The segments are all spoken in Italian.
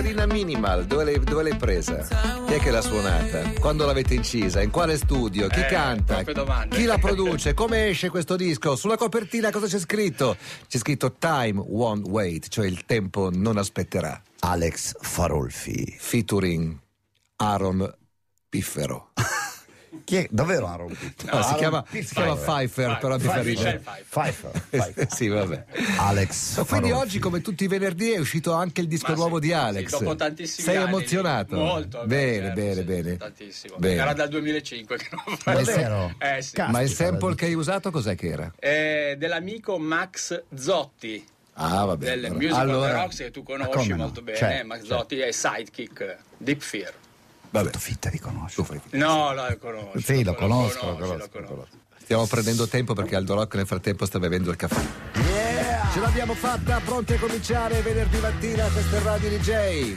chitarrina minimal, dove l'hai presa? Chi è che l'ha suonata? Quando l'avete incisa? In quale studio? Chi canta? Chi la produce? Come esce questo disco? Sulla copertina cosa c'è scritto? C'è scritto Time Won't Wait, cioè il tempo non aspetterà. Alex Farolfi Featuring Aaron Piffero. Chi è? Davvero Aaron Piffero? No, si chiama Pfeiffer, però mi fa ridere. Pfeiffer. Sì, vabbè. Alex Quindi Farolfi. oggi, come tutti i venerdì, è uscito anche il disco nuovo di Alex. Sì, dopo tantissimi Sei anni. emozionato? Molto. Bene. Tantissimo. Bene. Era dal 2005 che non Ma davvero? sì. Ma il sample che hai usato cos'è che era? Dell'amico Max Zotti. Ah, vabbè. Del Musical allora, The Rocks, che tu conosci molto bene. Certo, Max Zotti è sidekick Deep Fear. vabbè. Fatto finta di conoscere. No, lo conosco. Sì, lo conosco. Stiamo prendendo tempo perché Aldo Rock nel frattempo sta bevendo il caffè. Yeah! Ce l'abbiamo fatta, pronti a cominciare venerdì mattina, questo è Radio DJ. Get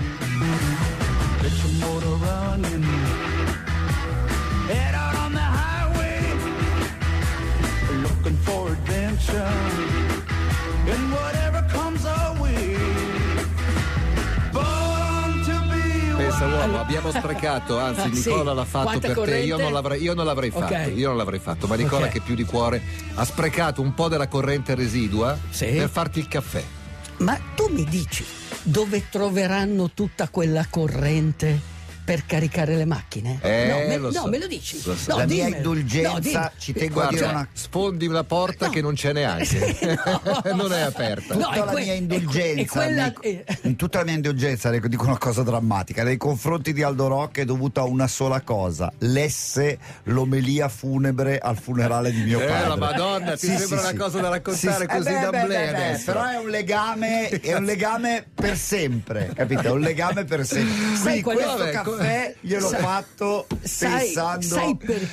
your motor running. Head out on the highway, looking for adventure, and whatever comes our way. Born to be Pensa wild. uomo, abbiamo sprecato, anzi Sì. Nicola l'ha fatto Quanta per te, corrente? io non l'avrei fatto, Ok. io non l'avrei fatto, ma Nicola Ok. che più di cuore ha sprecato un po' della corrente residua Sì. per farti il caffè. Ma tu mi dici dove troveranno tutta quella corrente per caricare le macchine? Lo so. Me lo dici. Lo so. No, La mia dimmelo. indulgenza, No, dimmi. ci tengo a Guarda, dire una sfondi una porta No. che non c'è neanche, non è aperta. No, tutta è la que- mia è indulgenza quella- in tutta la mia indulgenza dico una cosa drammatica nei confronti di Aldo Rock è dovuta a una sola cosa: lesse l'omelia funebre al funerale di mio padre. La Madonna, ti sembra una cosa da raccontare così d'amblè adesso. però è un legame per sempre, capito? È un legame per sempre. Sai Quindi qual è? questo Vabbè, caffè io l'ho fatto pensando. Sai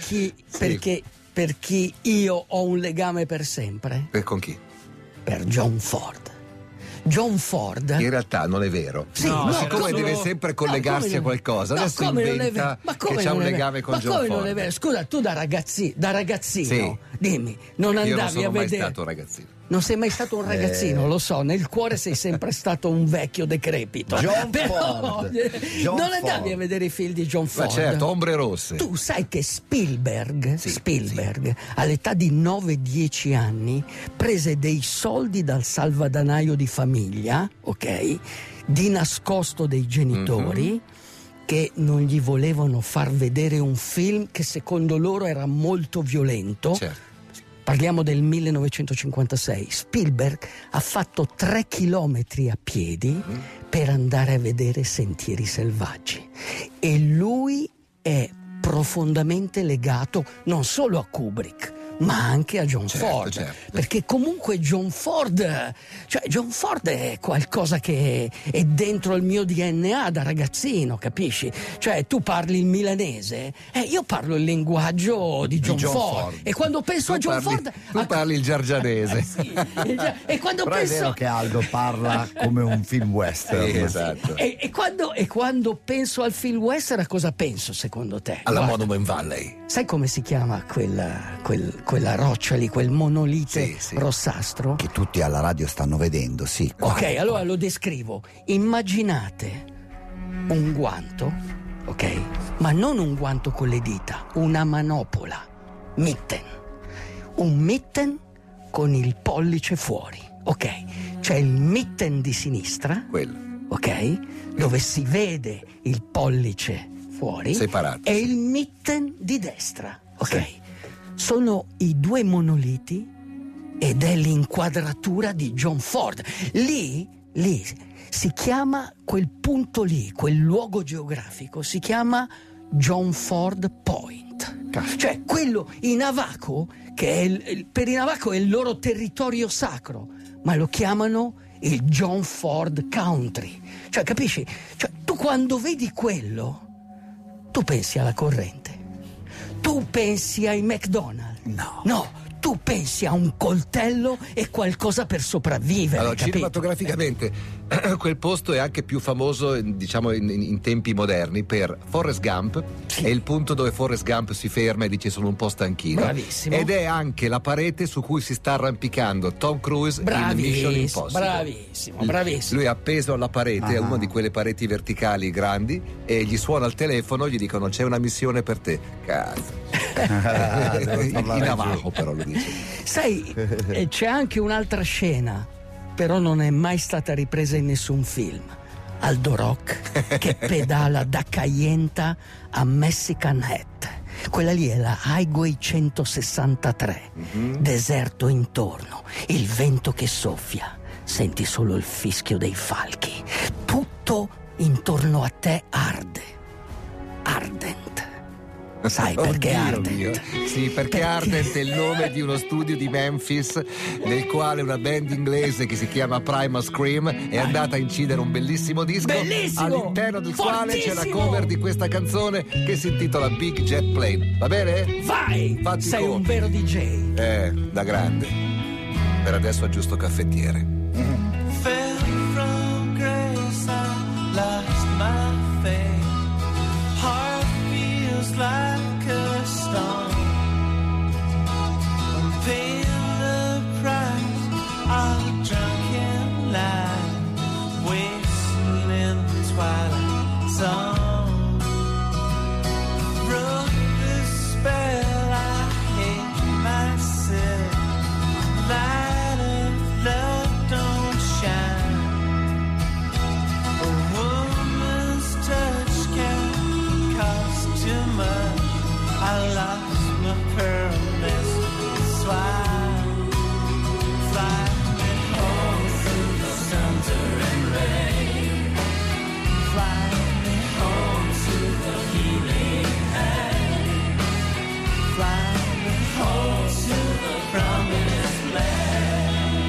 per chi io ho un legame per sempre? E con chi? Per John Ford. John Ford. In realtà non è vero. Sì, no, no, siccome come- deve sempre collegarsi come a qualcosa, no, adesso come non è inventa vero? Ma come che c'ha non un è vero? legame con Ma John come Ford. non è vero? Scusa, tu da ragazzino, Sì. dimmi, non Io andavi non sono a mai vedere. stato ragazzino. Non sei mai stato un ragazzino, lo so, nel cuore sei sempre stato un vecchio decrepito. John Però Ford. John non andavi Ford. a vedere i film di John Ford. Ma certo, Ombre Rosse. Tu sai che Spielberg, Sì, all'età di 9-10 anni, prese dei soldi dal salvadanaio di famiglia, ok? Di nascosto dei genitori, che non gli volevano far vedere un film che secondo loro era molto violento. Certo. Parliamo del 1956. Spielberg ha fatto 3 chilometri a piedi per andare a vedere Sentieri Selvaggi. E lui è profondamente legato non solo a Kubrick, ma anche a John Certo, Ford. certo. Perché comunque John Ford è qualcosa che è dentro il mio DNA da ragazzino, capisci? Cioè tu parli il milanese, io parlo il linguaggio di John Ford. E quando penso a John Ford Tu parli il giargianese. sì. E quando Però è penso vero che Aldo parla come un film western. Sì, esatto. e quando penso al film western, a cosa penso secondo te? Alla Guarda, Monument Valley. sai come si chiama quella roccia lì, quel monolite Sì, sì. rossastro? Che tutti alla radio stanno vedendo, sì. Ok, allora lo descrivo. Immaginate un guanto, ok? Ma non un guanto con le dita, una manopola, mitten. Un mitten con il pollice fuori, ok? C'è il mitten di sinistra, Quello. ok? Dove si vede il pollice fuori. Separato, E sì. il mitten di destra, ok? Sono i due monoliti ed è l'inquadratura di John Ford. Lì si chiama quel punto lì, quel luogo geografico, si chiama John Ford Point. Cioè quello in Navajo, che è per i Navajo è il loro territorio sacro, ma lo chiamano il John Ford Country. Cioè, capisci? Cioè, tu quando vedi quello, tu pensi alla corrente, tu pensi ai McDonald's. No, tu pensi a un coltello e qualcosa per sopravvivere. Allora, capito? cinematograficamente quel posto è anche più famoso, diciamo, in tempi moderni per Forrest Gump. È il punto dove Forrest Gump si ferma e dice sono un po' stanchino. Bravissimo. Ed è anche la parete su cui si sta arrampicando Tom Cruise in Mission Impossible. Bravissimo. Lui è appeso alla parete, a una di quelle pareti verticali grandi, e gli suona il telefono, gli dicono c'è una missione per te. Cazzo. In Navajo però lo dice. Sai, c'è anche un'altra scena, però non è mai stata ripresa in nessun film. Aldo Rock che pedala da Cayenta a Mexican Hat. Quella lì è la Highway 163. Deserto intorno, il vento che soffia, senti solo il fischio dei falchi. Tutto intorno a te arde. Ardent. Sai perché Ardent? Sì, perché Ardent è il nome di uno studio di Memphis nel quale una band inglese che si chiama Primal Scream è andata a incidere un bellissimo disco, all'interno del quale c'è la cover di questa canzone che si intitola Big Jet Plane. Va bene? Vai! Fatti sei conto. Un vero DJ. Da grande. Per adesso aggiusto caffettiere. Fell from grace, I lost my faith. Heart feels like a stone. Pay the price of a drunken life, wasting in the twilight zone. Broke the spell, I hate myself. Light of love don't shine. A woman's touch can cost too much. I lost my pearlness, swine. Fly me home through the thunder and rain. Fly me home to the healing hand. Fly me home to the promised land.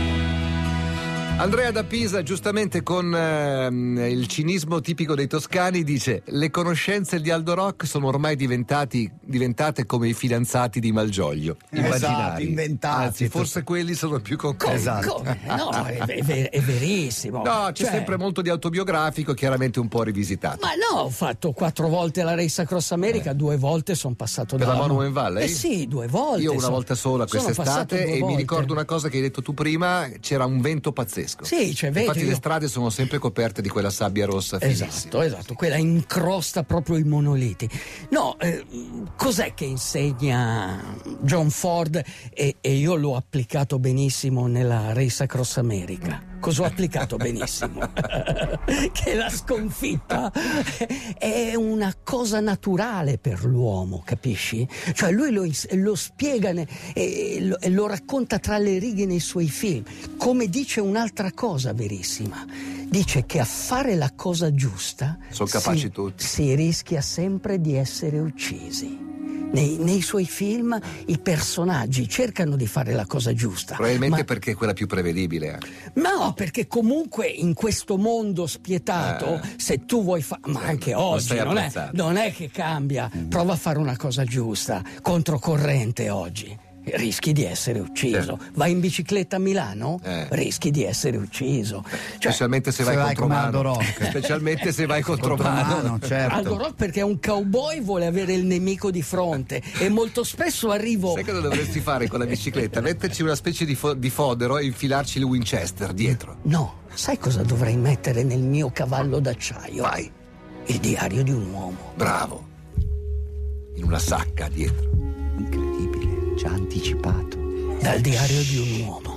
Andrea da Pisa, giustamente con il cinismo tipico dei toscani, dice: le conoscenze di Aldo Rock sono ormai diventate come i fidanzati di Malgioglio, immaginari. Inventati. Anzi, forse quelli sono più concreti. Come? No, è verissimo. No, c'è sempre molto di autobiografico, chiaramente un po' rivisitato. Ma no, ho fatto 4 volte la Race Across America, 2 volte sono passato Per da la Monument Valley? sì, 2 volte. Io una volta sola quest'estate, e mi ricordo una cosa che hai detto tu prima: c'era un vento pazzesco. Sì, cioè, infatti le strade sono sempre coperte di quella sabbia rossa finissima. Esatto, quella incrosta proprio i monoliti. No, cos'è che insegna John Ford? E io l'ho applicato benissimo nella Race Across America. Cosa ho applicato benissimo? Che la sconfitta è una cosa naturale per l'uomo, capisci? Cioè lui lo spiega e lo racconta tra le righe nei suoi film. Come dice un'altra cosa verissima, dice che a fare la cosa giusta sono capaci tutti. Si rischia sempre di essere uccisi. Nei suoi film i personaggi cercano di fare la cosa giusta. Probabilmente perché è quella più prevedibile anche. No, perché comunque in questo mondo spietato, se tu vuoi fare, ma anche oggi non è che cambia. Prova a fare una cosa giusta, controcorrente oggi. Rischi di essere ucciso. Vai in bicicletta a Milano? Rischi di essere ucciso. Specialmente se vai contro mano. Aldo Rock. Specialmente se vai contro mano. Certo. Aldo Rock, perché un cowboy vuole avere il nemico di fronte e molto spesso arrivo. Sai cosa dovresti fare con la bicicletta? Metterci una specie di fodero e infilarci il Winchester dietro. No, sai cosa dovrei mettere nel mio cavallo d'acciaio? Vai. Il diario di un uomo. Bravo. In una sacca dietro. Incredibile, già anticipato. Dal diario di un uomo.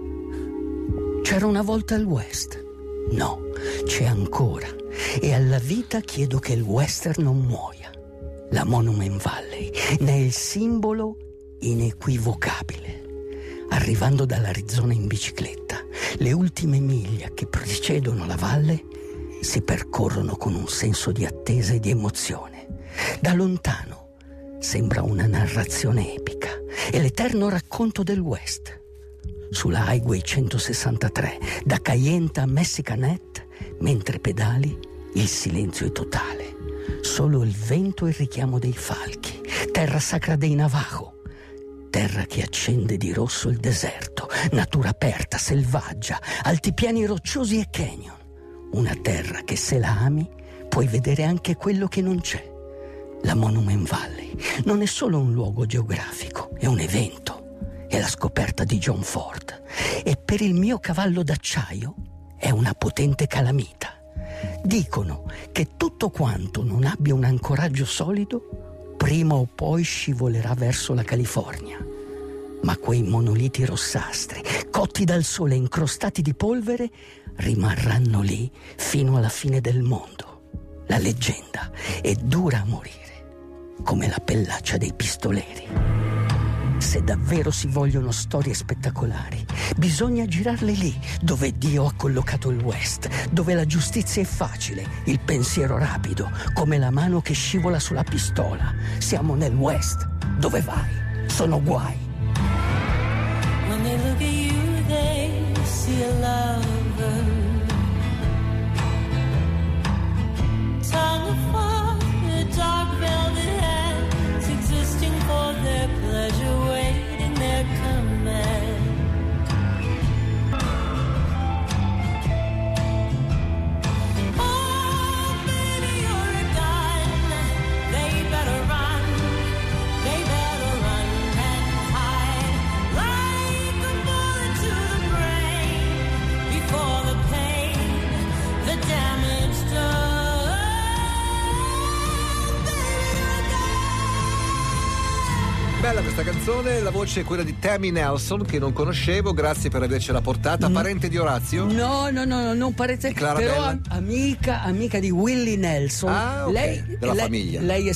C'era una volta il West. No, c'è ancora. E alla vita chiedo che il western non muoia. La Monument Valley ne è il simbolo inequivocabile. Arrivando dall'Arizona in bicicletta, le ultime miglia che precedono la valle si percorrono con un senso di attesa e di emozione. Da lontano sembra una narrazione epica e l'eterno racconto del West. Sulla Highway 163, da Cayenta a Mexican Hat, mentre pedali, il silenzio è totale. Solo il vento e il richiamo dei falchi, terra sacra dei Navajo, terra che accende di rosso il deserto, natura aperta, selvaggia, altipiani rocciosi e canyon. una terra che se la ami puoi vedere anche quello che non c'è. La Monument Valley non è solo un luogo geografico, è un evento, è la scoperta di John Ford e per il mio cavallo d'acciaio è una potente calamita. Dicono che tutto quanto non abbia un ancoraggio solido prima o poi scivolerà verso la California. Ma quei monoliti rossastri, cotti dal sole e incrostati di polvere, rimarranno lì fino alla fine del mondo. La leggenda è dura a morire, come la pellaccia dei pistoleri. Se davvero si vogliono storie spettacolari, bisogna girarle lì, dove Dio ha collocato il West, dove la giustizia è facile, il pensiero rapido, come la mano che scivola sulla pistola. Siamo nel West. Dove vai? Sono guai. When they look at you, they see a lover. Tongue of fire, dark velvet hands, existing for their pleasure, waiting their command. Oh, baby, you're a gun. They better run. They better run and hide. Like a bullet to the brain, before the pain, the damage done. Bella questa canzone, la voce è quella di Tammy Nelson, che non conoscevo, grazie per avercela portata. Parente di Orazio? No, non parete, Clara però Bella? amica di Willie Nelson. Ah, ok, della famiglia. Lei è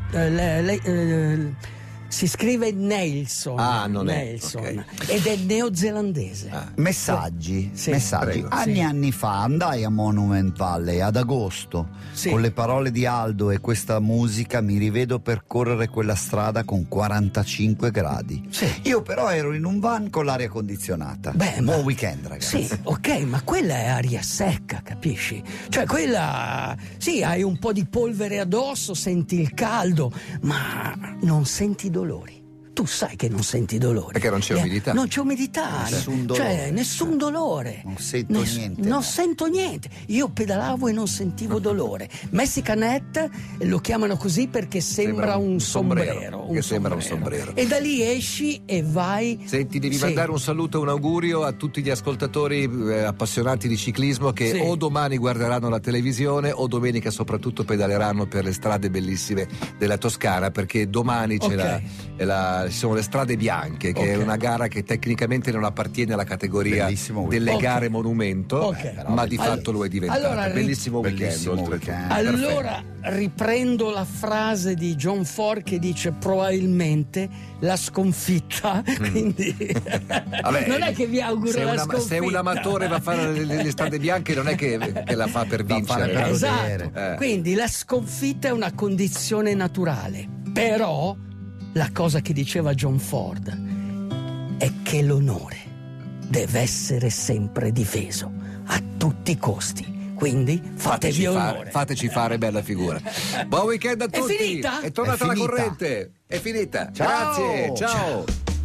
scritta, si scrive Nelson. Ah, non è, Nelson, ok. ed è neozelandese. Messaggi, Sì. messaggi. Prego. Anni fa andai a Monument Valley ad agosto. Sì. Con le parole di Aldo e questa musica mi rivedo percorrere quella strada con 45 gradi. Sì. Io però ero in un van con l'aria condizionata. Beh, Buon weekend, ragazzi. Sì, ok, ma quella è aria secca, capisci? Cioè quella, sì, hai un po' di polvere addosso, senti il caldo, ma non senti dolori. Tu sai che non senti dolore. Perché non c'è umidità. Non c'è umidità. Nessun dolore. Cioè, nessun dolore. Non sento niente. Non sento niente. Io pedalavo e non sentivo dolore. Messicanet lo chiamano così perché sembra un sombrero. Che sembra un sombrero. E da lì esci e vai. Senti, devi Sì. mandare un saluto e un augurio a tutti gli ascoltatori appassionati di ciclismo che Sì. o domani guarderanno la televisione o domenica soprattutto pedaleranno per le strade bellissime della Toscana, perché domani c'è Ok. ci sono le strade bianche, che è Ok. una gara che tecnicamente non appartiene alla categoria Bellissimo delle weekend. gare monumento, Ok. ma di fatto lo è diventato. Allora, bellissimo weekend. bellissimo oltretutto. weekend. Allora riprendo la frase di John Ford che dice probabilmente la sconfitta, quindi Vabbè, non è che vi auguro se la un sconfitta. se un amatore va a fare le strade bianche non è che la fa per Va a fare vincere, per no? godere. Esatto, quindi la sconfitta è una condizione naturale, però la cosa che diceva John Ford è che l'onore deve essere sempre difeso a tutti i costi, quindi fatevi onore. Fateci fare bella figura. Buon weekend a È tutti. finita? È tornata È la finita. corrente. È finita. Ciao. Grazie. Ciao.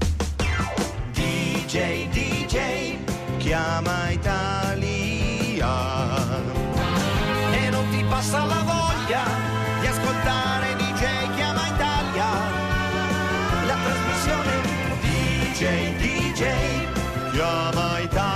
DJ, chiama Italia e non ti passa la voglia di ascoltare DJ Chiama Italia, la trasmissione DJ Chiama Italia.